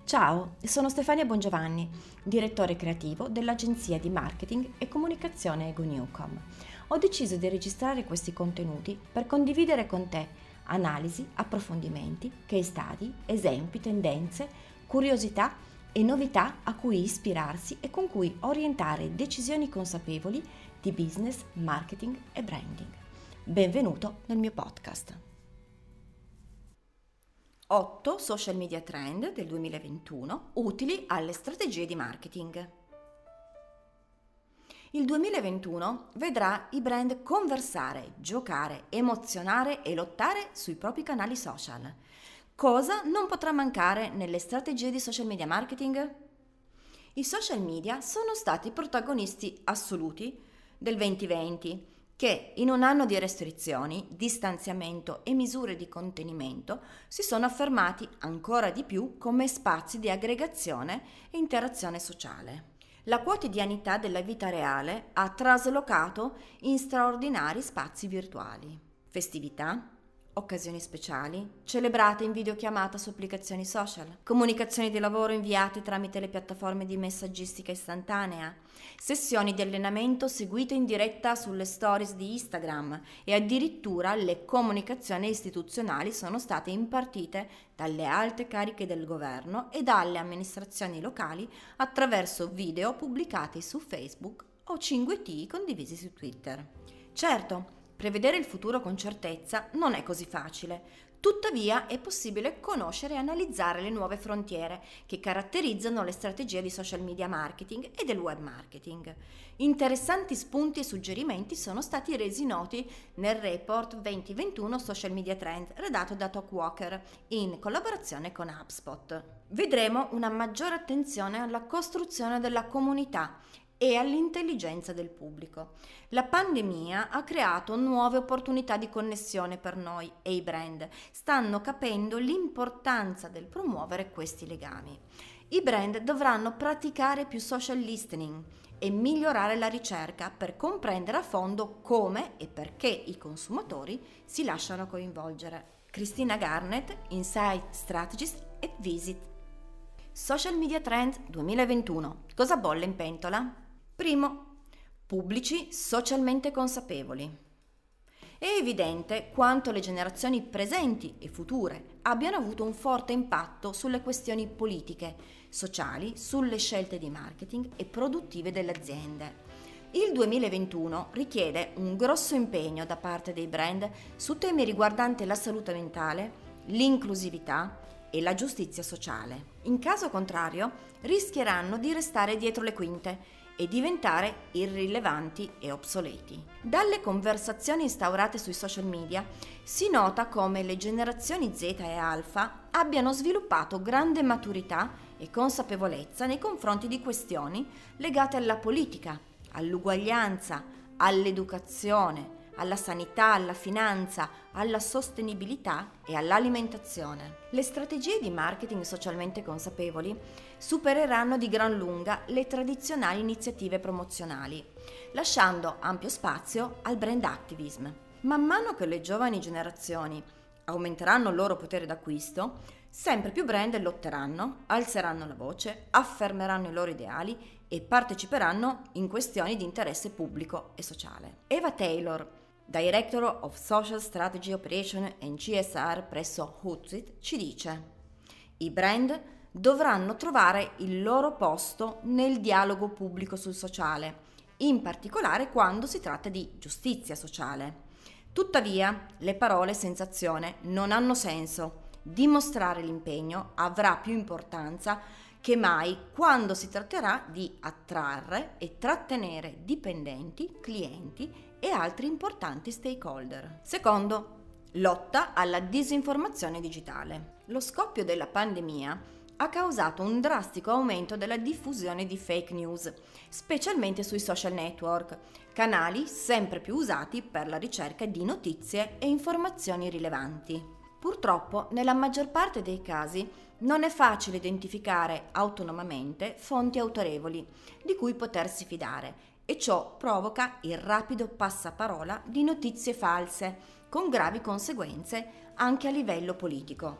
Ciao, sono Stefania Bongiovanni, direttore creativo dell'agenzia di marketing e comunicazione Ego Newcom. Ho deciso di registrare questi contenuti per condividere con te analisi, approfondimenti, case study, esempi, tendenze, curiosità e novità a cui ispirarsi e con cui orientare decisioni consapevoli di business, marketing e branding. Benvenuto nel mio podcast. 8 social media trend del 2021 utili alle strategie di marketing. Il 2021 vedrà i brand conversare, giocare, emozionare e lottare sui propri canali social. Cosa non potrà mancare nelle strategie di social media marketing? I social media sono stati protagonisti assoluti del 2020, che in un anno di restrizioni, distanziamento e misure di contenimento si sono affermati ancora di più come spazi di aggregazione e interazione sociale. La quotidianità della vita reale ha traslocato in straordinari spazi virtuali. Festività, occasioni speciali, celebrate in videochiamata su applicazioni social, comunicazioni di lavoro inviate tramite le piattaforme di messaggistica istantanea, sessioni di allenamento seguite in diretta sulle stories di Instagram e addirittura le comunicazioni istituzionali sono state impartite dalle alte cariche del governo e dalle amministrazioni locali attraverso video pubblicati su Facebook o 5T condivisi su Twitter. Certo, prevedere il futuro con certezza non è così facile, tuttavia è possibile conoscere e analizzare le nuove frontiere che caratterizzano le strategie di social media marketing e del web marketing. Interessanti spunti e suggerimenti sono stati resi noti nel report 2021 Social Media Trend redatto da Talkwalker in collaborazione con HubSpot. Vedremo una maggiore attenzione alla costruzione della comunità e all'intelligenza del pubblico. La pandemia ha creato nuove opportunità di connessione per noi e i brand stanno capendo l'importanza del promuovere questi legami. I brand dovranno praticare più social listening e migliorare la ricerca per comprendere a fondo come e perché i consumatori si lasciano coinvolgere. Cristina Garnett, Insight Strategist e Visit. Social Media Trend 2021. Cosa bolle in pentola? Primo, pubblici socialmente consapevoli. È evidente quanto le generazioni presenti e future abbiano avuto un forte impatto sulle questioni politiche, sociali, sulle scelte di marketing e produttive delle aziende. Il 2021 richiede un grosso impegno da parte dei brand su temi riguardanti la salute mentale, l'inclusività e la giustizia sociale. In caso contrario, rischieranno di restare dietro le quinte e diventare irrilevanti e obsoleti. Dalle conversazioni instaurate sui social media si nota come le generazioni Z e Alpha abbiano sviluppato grande maturità e consapevolezza nei confronti di questioni legate alla politica, all'uguaglianza, all'educazione, alla sanità, alla finanza, alla sostenibilità e all'alimentazione. Le strategie di marketing socialmente consapevoli supereranno di gran lunga le tradizionali iniziative promozionali, lasciando ampio spazio al brand activism. Man mano che le giovani generazioni aumenteranno il loro potere d'acquisto, sempre più brand lotteranno, alzeranno la voce, affermeranno i loro ideali e parteciperanno in questioni di interesse pubblico e sociale. Eva Taylor, Director of Social Strategy Operation and CSR presso Hootsuite, ci dice: i brand dovranno trovare il loro posto nel dialogo pubblico sul sociale, in particolare quando si tratta di giustizia sociale. Tuttavia, le parole senza azione non hanno senso. Dimostrare l'impegno avrà più importanza che mai quando si tratterà di attrarre e trattenere dipendenti, clienti e altri importanti stakeholder. Secondo, lotta alla disinformazione digitale. Lo scoppio della pandemia ha causato un drastico aumento della diffusione di fake news, specialmente sui social network, canali sempre più usati per la ricerca di notizie e informazioni rilevanti. Purtroppo, nella maggior parte dei casi, non è facile identificare autonomamente fonti autorevoli di cui potersi fidare e ciò provoca il rapido passaparola di notizie false, con gravi conseguenze anche a livello politico.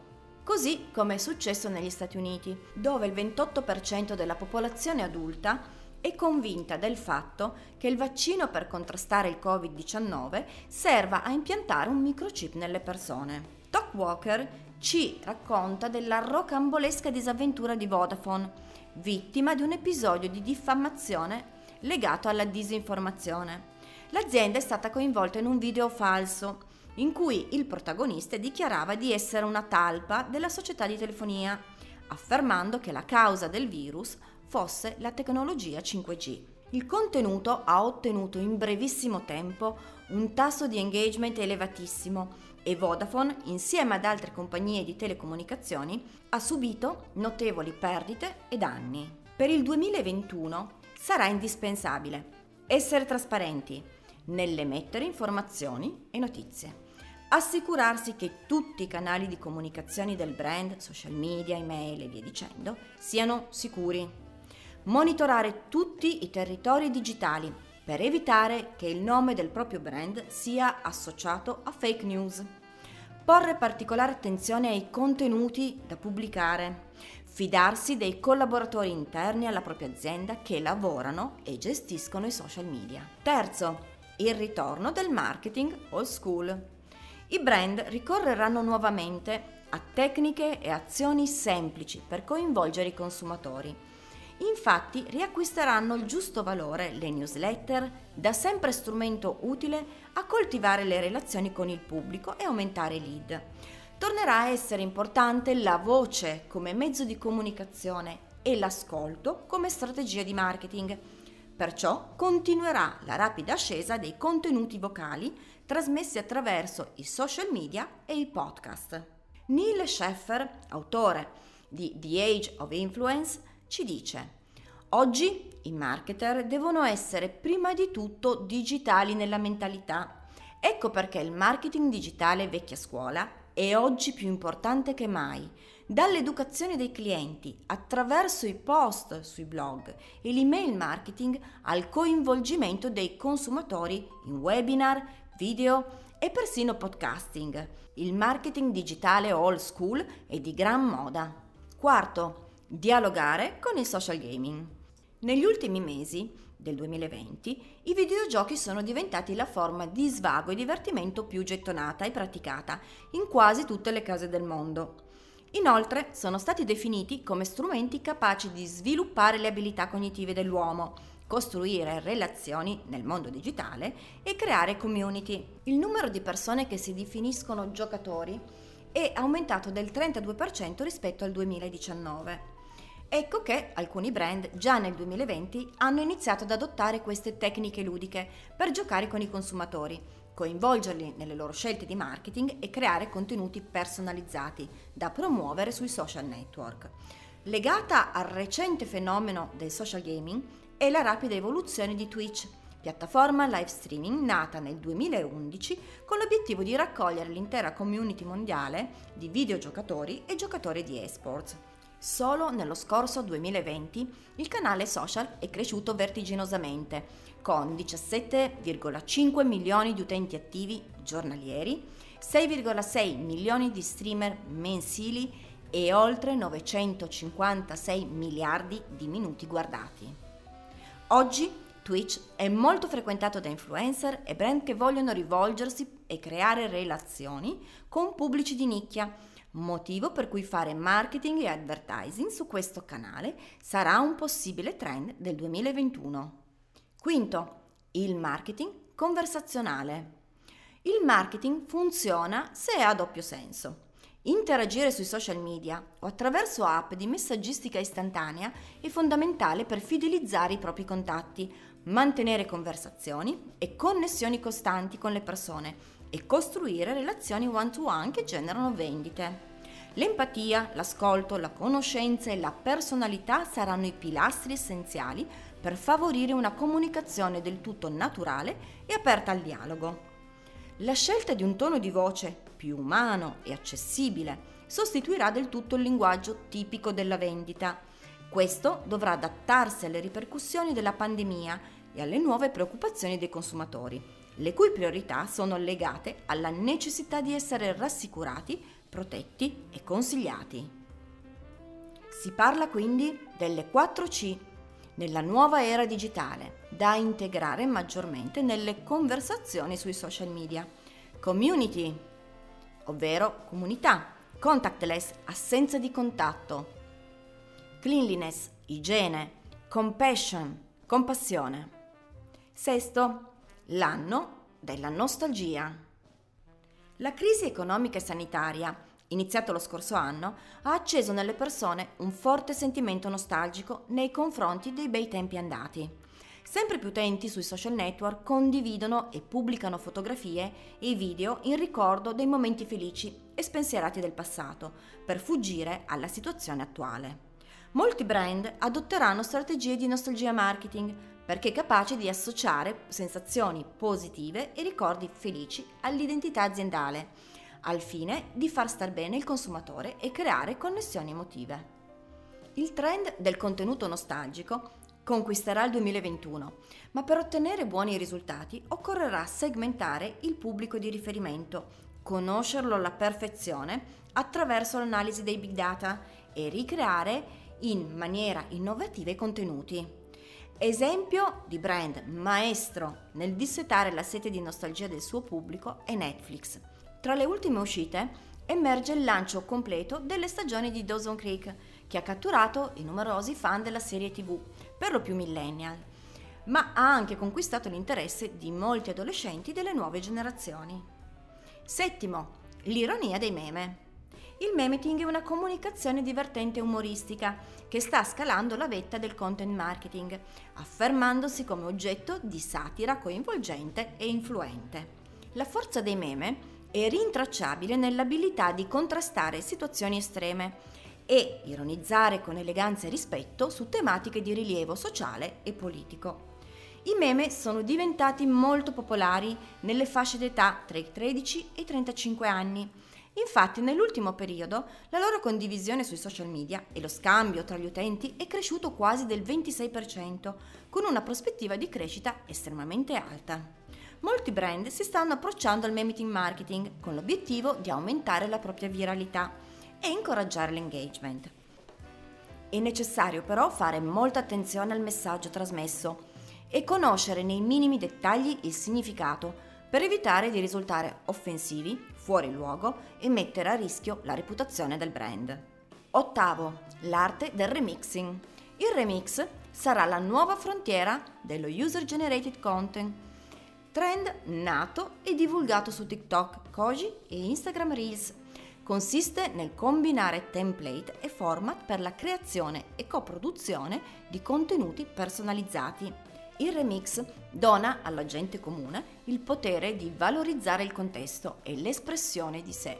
così come è successo negli Stati Uniti, dove il 28% della popolazione adulta è convinta del fatto che il vaccino per contrastare il Covid-19 serva a impiantare un microchip nelle persone. Doc Walker ci racconta della rocambolesca disavventura di Vodafone, vittima di un episodio di diffamazione legato alla disinformazione. L'azienda è stata coinvolta in un video falso in cui il protagonista dichiarava di essere una talpa della società di telefonia, affermando che la causa del virus fosse la tecnologia 5G. Il contenuto ha ottenuto in brevissimo tempo un tasso di engagement elevatissimo e Vodafone, insieme ad altre compagnie di telecomunicazioni, ha subito notevoli perdite e danni. Per il 2021 sarà indispensabile essere trasparenti nell'emettere informazioni e notizie, assicurarsi che tutti i canali di comunicazione del brand, social media, email e via dicendo, siano sicuri, monitorare tutti i territori digitali per evitare che il nome del proprio brand sia associato a fake news, porre particolare attenzione ai contenuti da pubblicare, fidarsi dei collaboratori interni alla propria azienda che lavorano e gestiscono i social media. Terzo, il ritorno del marketing old school. I brand ricorreranno nuovamente a tecniche e azioni semplici per coinvolgere i consumatori. Infatti riacquisteranno il giusto valore le newsletter, da sempre strumento utile a coltivare le relazioni con il pubblico e aumentare i lead. Tornerà a essere importante la voce come mezzo di comunicazione e l'ascolto come strategia di marketing. Perciò continuerà la rapida ascesa dei contenuti vocali trasmessi attraverso i social media e i podcast. Neil Schaeffer, autore di The Age of Influence, ci dice: oggi i marketer devono essere prima di tutto digitali nella mentalità. Ecco perché il marketing digitale vecchia scuola è oggi più importante che mai. Dall'educazione dei clienti, attraverso i post sui blog e l'email marketing, al coinvolgimento dei consumatori in webinar, video e persino podcasting. Il marketing digitale old school è di gran moda. Quarto, dialogare con il social gaming. Negli ultimi mesi del 2020 i videogiochi sono diventati la forma di svago e divertimento più gettonata e praticata in quasi tutte le case del mondo. Inoltre sono stati definiti come strumenti capaci di sviluppare le abilità cognitive dell'uomo, costruire relazioni nel mondo digitale e creare community. Il numero di persone che si definiscono giocatori è aumentato del 32% rispetto al 2019. Ecco che alcuni brand già nel 2020 hanno iniziato ad adottare queste tecniche ludiche per giocare con i consumatori, coinvolgerli nelle loro scelte di marketing e creare contenuti personalizzati da promuovere sui social network. Legata al recente fenomeno del social gaming è la rapida evoluzione di Twitch, piattaforma live streaming nata nel 2011 con l'obiettivo di raccogliere l'intera community mondiale di videogiocatori e giocatori di esports. Solo nello scorso 2020 il canale social è cresciuto vertiginosamente, con 17,5 milioni di utenti attivi giornalieri, 6,6 milioni di streamer mensili e oltre 956 miliardi di minuti guardati. Oggi Twitch è molto frequentato da influencer e brand che vogliono rivolgersi e creare relazioni con pubblici di nicchia, motivo per cui fare marketing e advertising su questo canale sarà un possibile trend del 2021. Quinto, il marketing conversazionale. Il marketing funziona se è a doppio senso. Interagire sui social media o attraverso app di messaggistica istantanea è fondamentale per fidelizzare i propri contatti, mantenere conversazioni e connessioni costanti con le persone e costruire relazioni one-to-one che generano vendite. L'empatia, l'ascolto, la conoscenza e la personalità saranno i pilastri essenziali per favorire una comunicazione del tutto naturale e aperta al dialogo. La scelta di un tono di voce più umano e accessibile sostituirà del tutto il linguaggio tipico della vendita. Questo dovrà adattarsi alle ripercussioni della pandemia e alle nuove preoccupazioni dei consumatori, le cui priorità sono legate alla necessità di essere rassicurati protetti e consigliati. Si parla quindi delle 4C nella nuova era digitale, da integrare maggiormente nelle conversazioni sui social media. Community, ovvero comunità, contactless, assenza di contatto, cleanliness, igiene, compassion, compassione. Sesto, l'anno della nostalgia. La crisi economica e sanitaria, iniziato lo scorso anno, ha acceso nelle persone un forte sentimento nostalgico nei confronti dei bei tempi andati. Sempre più utenti sui social network condividono e pubblicano fotografie e video in ricordo dei momenti felici e spensierati del passato, per fuggire alla situazione attuale. Molti brand adotteranno strategie di nostalgia marketing perché capaci di associare sensazioni positive e ricordi felici all'identità aziendale, al fine di far star bene il consumatore e creare connessioni emotive. Il trend del contenuto nostalgico conquisterà il 2021, ma per ottenere buoni risultati occorrerà segmentare il pubblico di riferimento, conoscerlo alla perfezione attraverso l'analisi dei big data e ricreare in maniera innovativa i contenuti. Esempio di brand maestro nel dissetare la sete di nostalgia del suo pubblico è Netflix. Tra le ultime uscite emerge il lancio completo delle stagioni di Dawson's Creek, che ha catturato i numerosi fan della serie TV, per lo più millennial, ma ha anche conquistato l'interesse di molti adolescenti delle nuove generazioni. Settimo, l'ironia dei meme. Il memeting è una comunicazione divertente e umoristica che sta scalando la vetta del content marketing, affermandosi come oggetto di satira coinvolgente e influente. La forza dei meme è rintracciabile nell'abilità di contrastare situazioni estreme e ironizzare con eleganza e rispetto su tematiche di rilievo sociale e politico. I meme sono diventati molto popolari nelle fasce d'età tra i 13 e i 35 anni. Infatti, nell'ultimo periodo, la loro condivisione sui social media e lo scambio tra gli utenti è cresciuto quasi del 26%, con una prospettiva di crescita estremamente alta. Molti brand si stanno approcciando al memeting marketing con l'obiettivo di aumentare la propria viralità e incoraggiare l'engagement. È necessario però fare molta attenzione al messaggio trasmesso e conoscere nei minimi dettagli il significato per evitare di risultare offensivi, fuori luogo e mettere a rischio la reputazione del brand. Ottavo, l'arte del remixing. Il remix sarà la nuova frontiera dello user-generated content, trend nato e divulgato su TikTok, Koji e Instagram Reels. Consiste nel combinare template e format per la creazione e coproduzione di contenuti personalizzati. Il remix dona alla gente comune il potere di valorizzare il contesto e l'espressione di sé.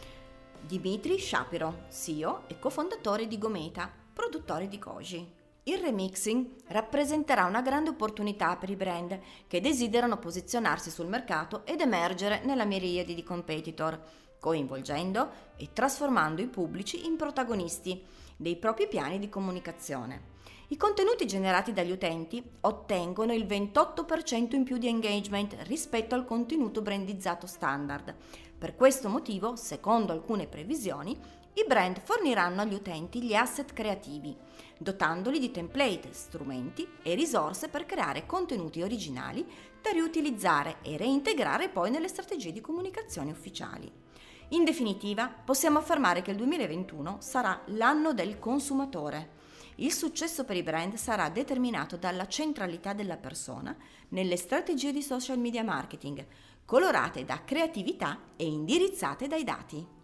Dmitry Shapiro, CEO e cofondatore di Gometa, produttore di Koji. Il remixing rappresenterà una grande opportunità per i brand che desiderano posizionarsi sul mercato ed emergere nella miriade di competitor, coinvolgendo e trasformando i pubblici in protagonisti dei propri piani di comunicazione. I contenuti generati dagli utenti ottengono il 28% in più di engagement rispetto al contenuto brandizzato standard. Per questo motivo, secondo alcune previsioni, i brand forniranno agli utenti gli asset creativi, dotandoli di template, strumenti e risorse per creare contenuti originali da riutilizzare e reintegrare poi nelle strategie di comunicazione ufficiali. In definitiva, possiamo affermare che il 2021 sarà l'anno del consumatore. Il successo per i brand sarà determinato dalla centralità della persona nelle strategie di social media marketing, colorate da creatività e indirizzate dai dati.